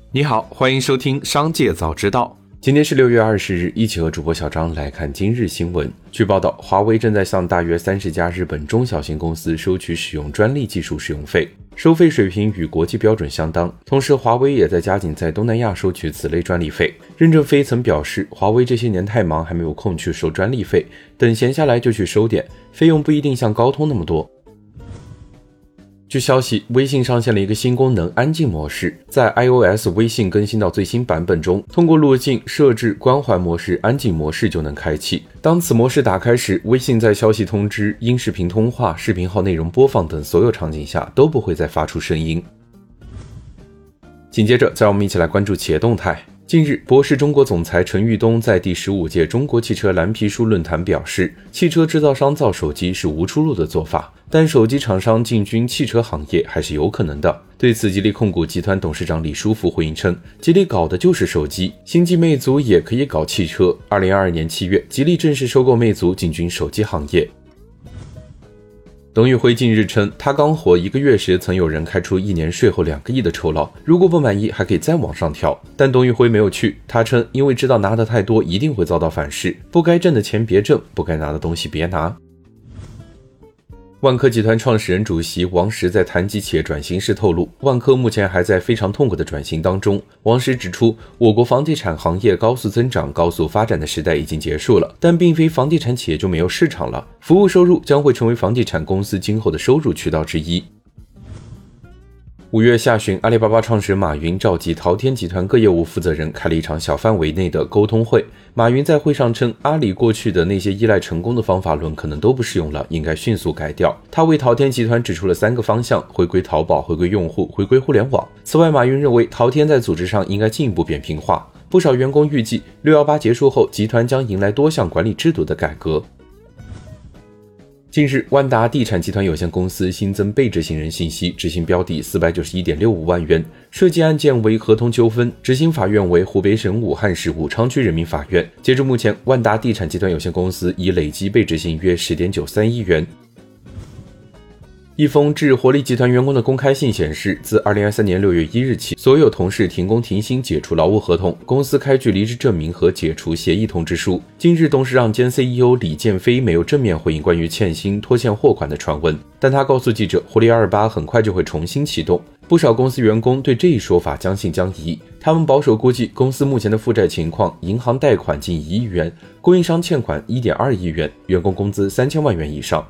你好，欢迎收听商界早知道。今天是6月20日，一起和主播小张来看今日新闻。据报道，华为正在向大约30家日本中小型公司收取使用专利技术使用费，收费水平与国际标准相当。同时，华为也在加紧在东南亚收取此类专利费。任正非曾表示，华为这些年太忙，还没有空去收专利费，等闲下来就去收点，费用不一定像高通那么多。据消息，微信上线了一个新功能安静模式，在 iOS 微信更新到最新版本中，通过路径设置关怀模式、安静模式就能开启。当此模式打开时，微信在消息通知、音视频通话、视频号内容播放等所有场景下都不会再发出声音。紧接着，再让我们一起来关注企业动态。近日，博士中国总裁陈玉东在第15届中国汽车蓝皮书论坛表示，汽车制造商造手机是无出路的做法，但手机厂商进军汽车行业还是有可能的。对此，吉利控股集团董事长李书福回应称，吉利搞的就是手机，星际魅族也可以搞汽车。2022年7月，吉利正式收购魅族，进军手机行业。董宇辉近日称，他刚火1个月时，曾有人开出1年税后2个亿的酬劳，如果不满意还可以再往上调。但董宇辉没有去，他称因为知道拿的太多一定会遭到反噬，不该挣的钱别挣，不该拿的东西别拿。万科集团创始人主席王石在谈及企业转型时透露，万科目前还在非常痛苦的转型当中。王石指出，我国房地产行业高速增长、高速发展的时代已经结束了，但并非房地产企业就没有市场了，服务收入将会成为房地产公司今后的收入渠道之一。5月下旬，阿里巴巴创始人马云召集淘天集团各业务负责人开了一场小范围内的沟通会。马云在会上称，阿里过去的那些依赖成功的方法论可能都不适用了，应该迅速改掉。他为淘天集团指出了3个方向：回归淘宝、回归用户、回归互联网。此外，马云认为淘天在组织上应该进一步扁平化。不少员工预计618结束后，集团将迎来多项管理制度的改革。近日，万达地产集团有限公司新增被执行人信息，执行标的491.65万元，涉及案件为合同纠纷，执行法院为湖北省武汉市武昌区人民法院。截至目前，万达地产集团有限公司已累计被执行约10.93亿元。一封致活力集团员工的公开信显示，自2023年6月1日起，所有同事停工停薪解除劳务合同，公司开具离职证明和解除协议通知书。近日，董事长兼 CEO 李建飞没有正面回应关于欠薪、拖欠货款的传闻，但他告诉记者，活力228很快就会重新启动。不少公司员工对这一说法将信将疑，他们保守估计，公司目前的负债情况，银行贷款近1亿元，供应商欠款1.2亿元，员工工资3000万元以上。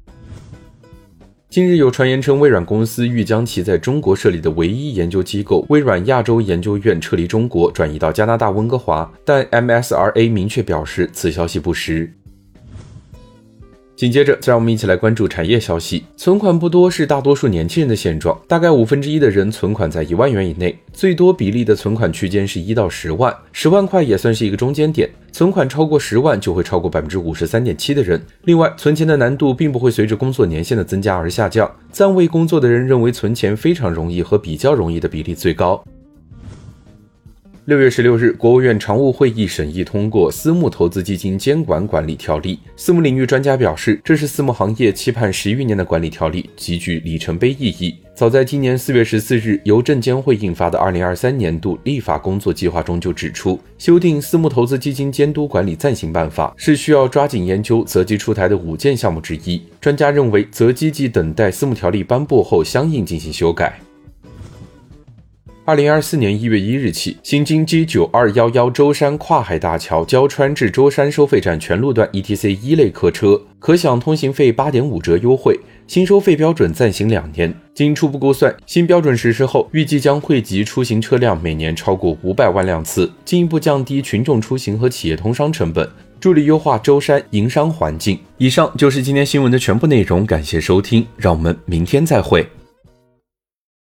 近日有传言称，微软公司欲将其在中国设立的唯一研究机构微软亚洲研究院撤离中国，转移到加拿大温哥华，但 MSRA 明确表示此消息不实。紧接着，再让我们一起来关注产业消息。存款不多是大多数年轻人的现状，大概1/5的人存款在1万元以内，最多比例的存款区间是1到10万，10万块也算是一个中间点。存款超过10万就会超过 53.7% 的人。另外，存钱的难度并不会随着工作年限的增加而下降，暂未工作的人认为存钱非常容易和比较容易的比例最高。6月16日，国务院常务会议审议通过《私募投资基金监管管理条例》。私募领域专家表示，这是私募行业期盼10余年的管理条例，极具里程碑意义。早在今年4月14日由证监会印发的2023年度立法工作计划中就指出，修订《私募投资基金监督管理暂行办法》是需要抓紧研究择机出台的5件项目之一。专家认为，择机即等待私募条例颁布后相应进行修改。2024年1月1日起，新京 G9211 舟山跨海大桥胶川至舟山收费站全路段 ETC 1类客车可享通行费 8.5 折优惠，新收费标准暂行2年。经初步估算，新标准实施后，预计将惠及出行车辆每年超过500万辆次，进一步降低群众出行和企业通商成本，助力优化舟山营商环境。以上就是今天新闻的全部内容，感谢收听，让我们明天再会。